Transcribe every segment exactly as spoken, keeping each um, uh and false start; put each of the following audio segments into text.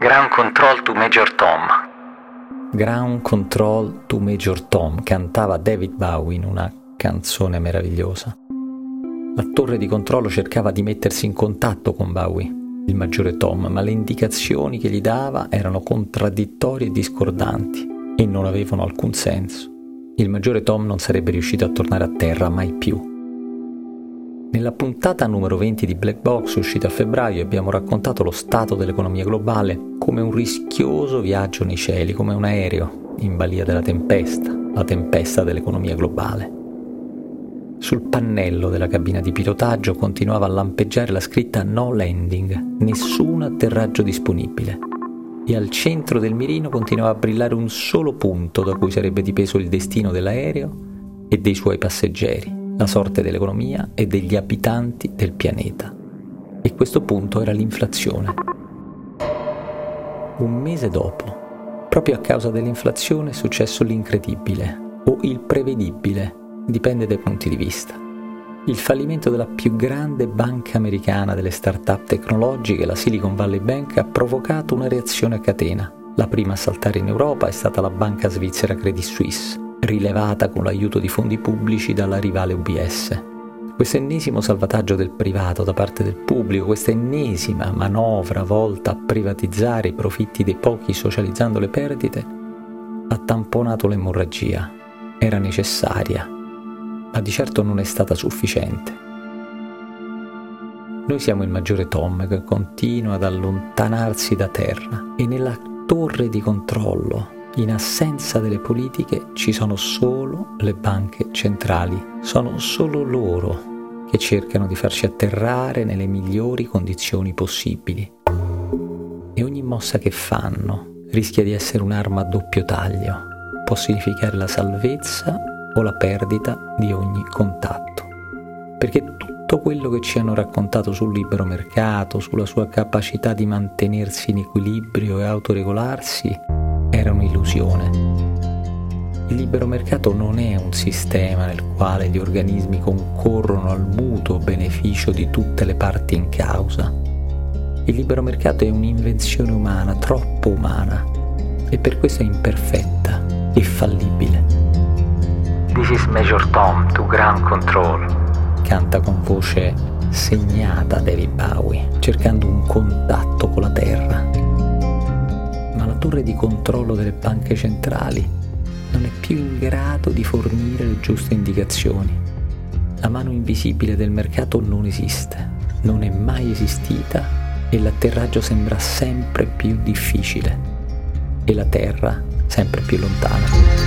Ground Control to Major Tom. Ground Control to Major Tom cantava David Bowie in una canzone meravigliosa. La torre di controllo cercava di mettersi in contatto con Bowie, il maggiore Tom, ma le indicazioni che gli dava erano contraddittorie e discordanti e non avevano alcun senso. Il maggiore Tom non sarebbe riuscito a tornare a terra mai più. Nella puntata numero venti di Black Box, uscita a febbraio, abbiamo raccontato lo stato dell'economia globale come un rischioso viaggio nei cieli, come un aereo in balia della tempesta, la tempesta dell'economia globale. Sul pannello della cabina di pilotaggio continuava a lampeggiare la scritta No Landing, nessun atterraggio disponibile. E al centro del mirino continuava a brillare un solo punto da cui sarebbe dipeso il destino dell'aereo e dei suoi passeggeri, la sorte dell'economia e degli abitanti del pianeta. E questo punto era l'inflazione. Un mese dopo, proprio a causa dell'inflazione, è successo l'incredibile, o il prevedibile, dipende dai punti di vista. Il fallimento della più grande banca americana delle start-up tecnologiche, la Silicon Valley Bank, ha provocato una reazione a catena. La prima a saltare in Europa è stata la banca svizzera Credit Suisse, rilevata con l'aiuto di fondi pubblici dalla rivale U B S. Questo ennesimo salvataggio del privato da parte del pubblico, questa ennesima manovra volta a privatizzare i profitti dei pochi socializzando le perdite, ha tamponato l'emorragia. Era necessaria, ma di certo non è stata sufficiente. Noi siamo il maggiore Tom che continua ad allontanarsi da terra e nella torre di controllo, in assenza delle politiche, ci sono solo le banche centrali. Sono solo loro che cercano di farci atterrare nelle migliori condizioni possibili. E ogni mossa che fanno rischia di essere un'arma a doppio taglio. Può significare la salvezza o la perdita di ogni contatto. Perché tutto quello che ci hanno raccontato sul libero mercato, sulla sua capacità di mantenersi in equilibrio e autoregolarsi, era un'illusione. Il libero mercato non è un sistema nel quale gli organismi concorrono al mutuo beneficio di tutte le parti in causa. Il libero mercato è un'invenzione umana, troppo umana, e per questo è imperfetta e fallibile. This is Major Tom to Ground Control. Canta con voce segnata David Bowie, cercando un contatto con la terra. Ma la torre di controllo delle banche centrali non è più in grado di fornire le giuste indicazioni. La mano invisibile del mercato non esiste, non è mai esistita e l'atterraggio sembra sempre più difficile e la terra sempre più lontana.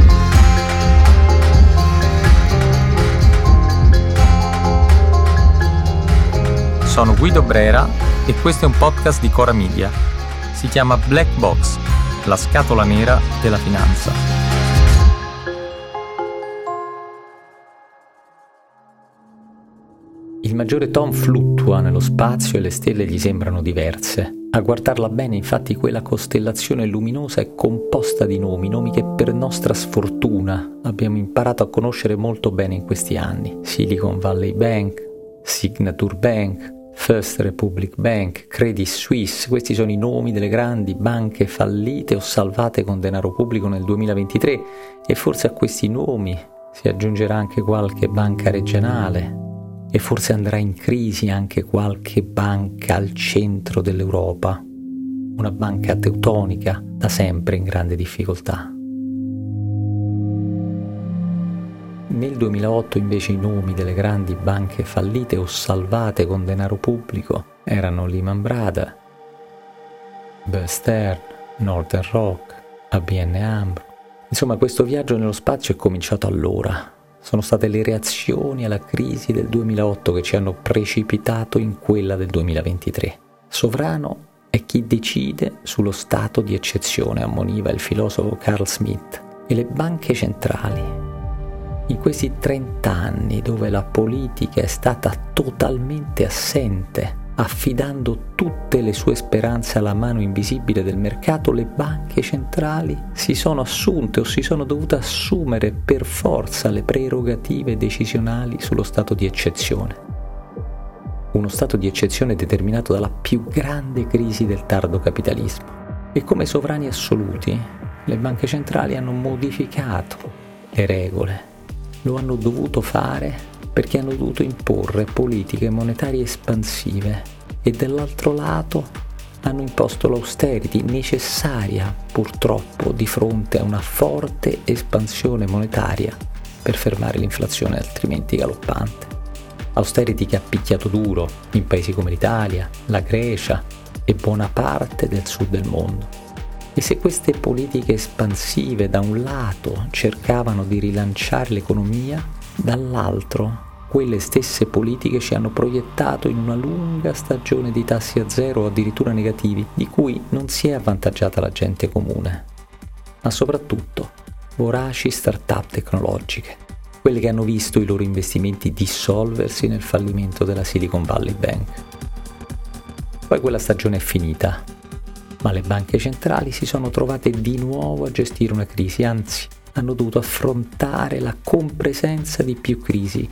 Sono Guido Brera e questo è un podcast di Cora Media. Si chiama Black Box, la scatola nera della finanza. Il maggiore Tom fluttua nello spazio e le stelle gli sembrano diverse. A guardarla bene, infatti, quella costellazione luminosa è composta di nomi, nomi che per nostra sfortuna abbiamo imparato a conoscere molto bene in questi anni. Silicon Valley Bank, Signature Bank, First Republic Bank, Credit Suisse, questi sono i nomi delle grandi banche fallite o salvate con denaro pubblico nel duemilaventitré e forse a questi nomi si aggiungerà anche qualche banca regionale e forse andrà in crisi anche qualche banca al centro dell'Europa, una banca teutonica da sempre in grande difficoltà. Nel duemilaotto invece i nomi delle grandi banche fallite o salvate con denaro pubblico erano Lehman Brothers, Bear Stearns, Northern Rock, A B N AMRO. Insomma, questo viaggio nello spazio è cominciato allora. Sono state le reazioni alla crisi del duemilaotto che ci hanno precipitato in quella del duemilaventitré. Sovrano è chi decide sullo stato di eccezione, ammoniva il filosofo Carl Smith. E le banche centrali, in questi trent'anni dove la politica è stata totalmente assente, affidando tutte le sue speranze alla mano invisibile del mercato, le banche centrali si sono assunte o si sono dovute assumere per forza le prerogative decisionali sullo stato di eccezione. Uno stato di eccezione determinato dalla più grande crisi del tardo capitalismo. E come sovrani assoluti, le banche centrali hanno modificato le regole. Lo hanno dovuto fare perché hanno dovuto imporre politiche monetarie espansive e dall'altro lato hanno imposto l'austerity necessaria purtroppo di fronte a una forte espansione monetaria per fermare l'inflazione altrimenti galoppante. Austerity che ha picchiato duro in paesi come l'Italia, la Grecia e buona parte del sud del mondo. E se queste politiche espansive da un lato cercavano di rilanciare l'economia, dall'altro quelle stesse politiche ci hanno proiettato in una lunga stagione di tassi a zero o addirittura negativi, di cui non si è avvantaggiata la gente comune, ma soprattutto voraci start-up tecnologiche, quelle che hanno visto i loro investimenti dissolversi nel fallimento della Silicon Valley Bank. Poi quella stagione è finita, ma le banche centrali si sono trovate di nuovo a gestire una crisi, anzi hanno dovuto affrontare la compresenza di più crisi.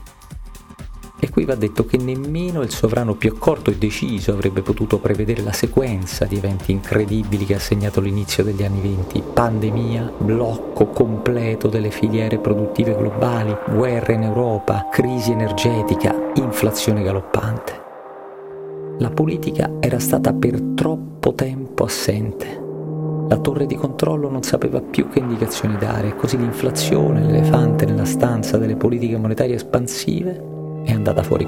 E qui va detto che nemmeno il sovrano più accorto e deciso avrebbe potuto prevedere la sequenza di eventi incredibili che ha segnato l'inizio degli anni venti: pandemia, blocco completo delle filiere produttive globali, guerra in Europa, crisi energetica, inflazione galoppante. La politica era stata per troppo tempo assente. La torre di controllo non sapeva più che indicazioni dare, e così l'inflazione, l'elefante nella stanza delle politiche monetarie espansive, è andata fuori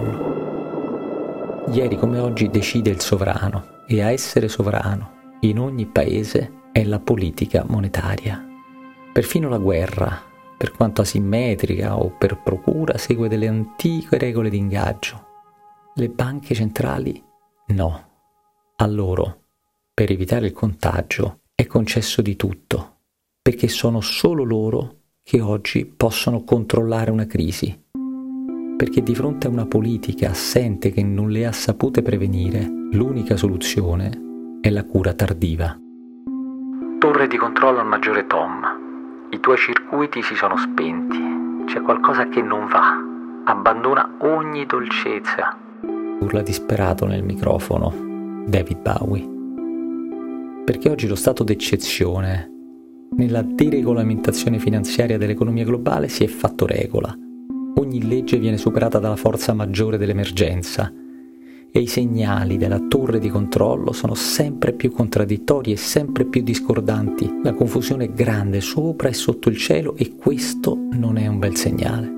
controllo. Ieri come oggi decide il sovrano, e a essere sovrano in ogni paese è la politica monetaria. Perfino la guerra, per quanto asimmetrica o per procura, segue delle antiche regole di ingaggio. Le banche centrali no. A loro, per evitare il contagio, è concesso di tutto, perché sono solo loro che oggi possono controllare una crisi. Perché di fronte a una politica assente che non le ha sapute prevenire, l'unica soluzione è la cura tardiva. Torre di controllo al maggiore Tom. I tuoi circuiti si sono spenti. C'è qualcosa che non va. Abbandona ogni dolcezza. Urla disperato nel microfono David Bowie. Perché oggi lo stato d'eccezione nella deregolamentazione finanziaria dell'economia globale si è fatto regola. Ogni legge viene superata dalla forza maggiore dell'emergenza e i segnali della torre di controllo sono sempre più contraddittori e sempre più discordanti. La confusione è grande sopra e sotto il cielo e questo non è un bel segnale.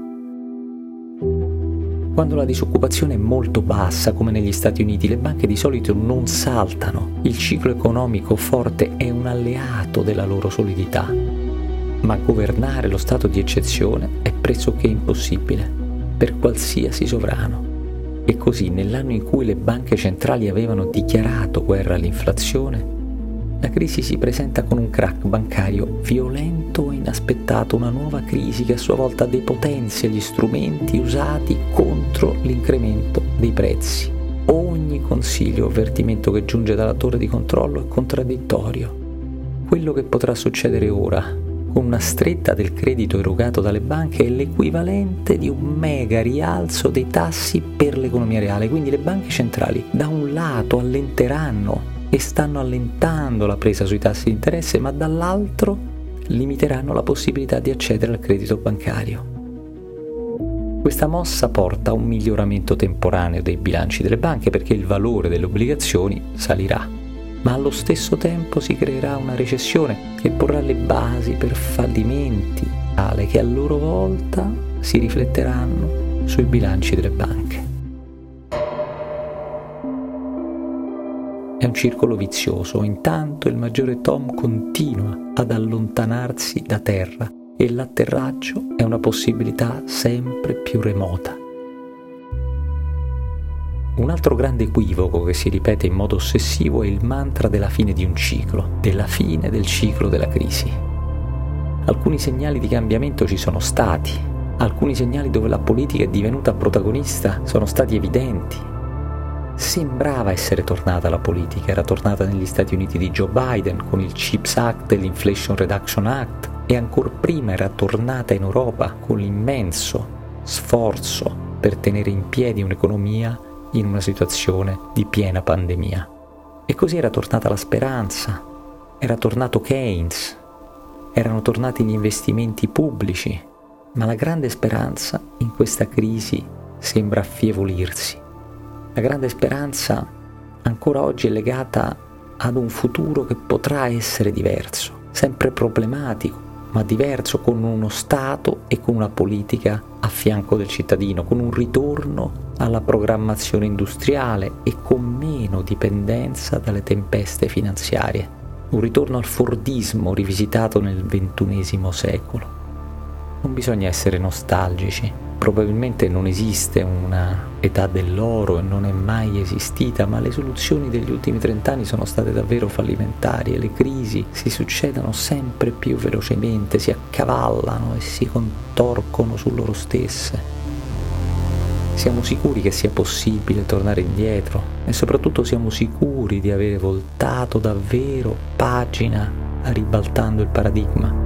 Quando la disoccupazione è molto bassa, come negli Stati Uniti, le banche di solito non saltano. Il ciclo economico forte è un alleato della loro solidità. Ma governare lo stato di eccezione è pressoché impossibile per qualsiasi sovrano. E così, nell'anno in cui le banche centrali avevano dichiarato guerra all'inflazione, la crisi si presenta con un crack bancario violento e inaspettato, una nuova crisi che a sua volta depotenzia gli strumenti usati contro l'incremento dei prezzi. Ogni consiglio o avvertimento che giunge dalla torre di controllo è contraddittorio. Quello che potrà succedere ora, con una stretta del credito erogato dalle banche, è l'equivalente di un mega rialzo dei tassi per l'economia reale. Quindi le banche centrali da un lato allenteranno e stanno allentando la presa sui tassi di interesse, ma dall'altro limiteranno la possibilità di accedere al credito bancario. Questa mossa porta a un miglioramento temporaneo dei bilanci delle banche perché il valore delle obbligazioni salirà, ma allo stesso tempo si creerà una recessione che porrà le basi per fallimenti tale che a loro volta si rifletteranno sui bilanci delle banche. È un circolo vizioso. Intanto il maggiore Tom continua ad allontanarsi da terra e l'atterraggio è una possibilità sempre più remota. Un altro grande equivoco che si ripete in modo ossessivo è il mantra della fine di un ciclo, della fine del ciclo della crisi. Alcuni segnali di cambiamento ci sono stati, alcuni segnali dove la politica è divenuta protagonista sono stati evidenti. Sembrava essere tornata la politica, era tornata negli Stati Uniti di Joe Biden con il CHIPS Act e l'Inflation Reduction Act e ancor prima era tornata in Europa con l'immenso sforzo per tenere in piedi un'economia in una situazione di piena pandemia. E così era tornata la speranza, era tornato Keynes, erano tornati gli investimenti pubblici, ma la grande speranza in questa crisi sembra affievolirsi. La grande speranza ancora oggi è legata ad un futuro che potrà essere diverso, sempre problematico, ma diverso, con uno Stato e con una politica a fianco del cittadino, con un ritorno alla programmazione industriale e con meno dipendenza dalle tempeste finanziarie, un ritorno al fordismo rivisitato nel ventunesimo secolo. Non bisogna essere nostalgici, probabilmente non esiste una età dell'oro e non è mai esistita, ma le soluzioni degli ultimi trent'anni sono state davvero fallimentari e le crisi si succedono sempre più velocemente, si accavallano e si contorcono su loro stesse. Siamo sicuri che sia possibile tornare indietro e soprattutto siamo sicuri di avere voltato davvero pagina ribaltando il paradigma.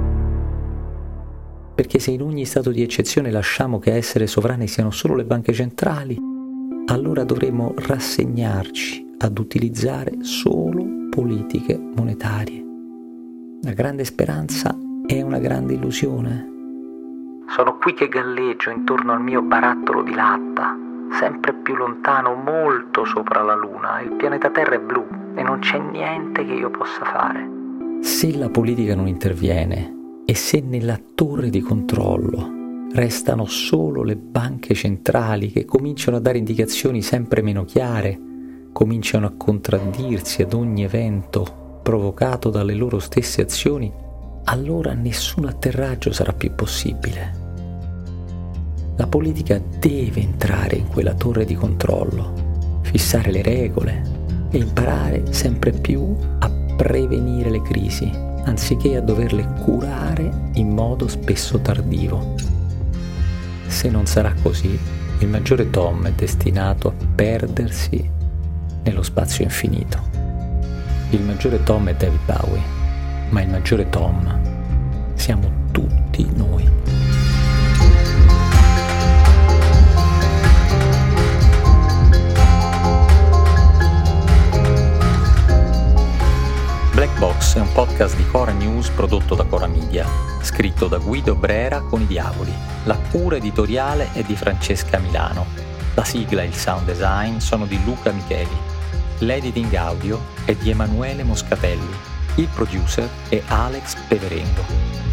Perché se in ogni stato di eccezione lasciamo che a essere sovrane siano solo le banche centrali, allora dovremo rassegnarci ad utilizzare solo politiche monetarie. La grande speranza è una grande illusione. Sono qui che galleggio intorno al mio barattolo di latta, sempre più lontano, molto sopra la luna. Il pianeta Terra è blu e non c'è niente che io possa fare. Se la politica non interviene e se nella torre di controllo restano solo le banche centrali che cominciano a dare indicazioni sempre meno chiare, cominciano a contraddirsi ad ogni evento provocato dalle loro stesse azioni, allora nessun atterraggio sarà più possibile. La politica deve entrare in quella torre di controllo, fissare le regole e imparare sempre più a prevenire le crisi, anziché a doverle curare in modo spesso tardivo. Se non sarà così, il maggiore Tom è destinato a perdersi nello spazio infinito. Il maggiore Tom è David Bowie, ma il maggiore Tom siamo tutti noi. Black Box è un podcast di Cora News prodotto da Cora Media, scritto da Guido Brera con i Diavoli. La cura editoriale è di Francesca Milano. La sigla e il sound design sono di Luca Micheli. L'editing audio è di Emanuele Moscatelli. Il producer è Alex Peverengo.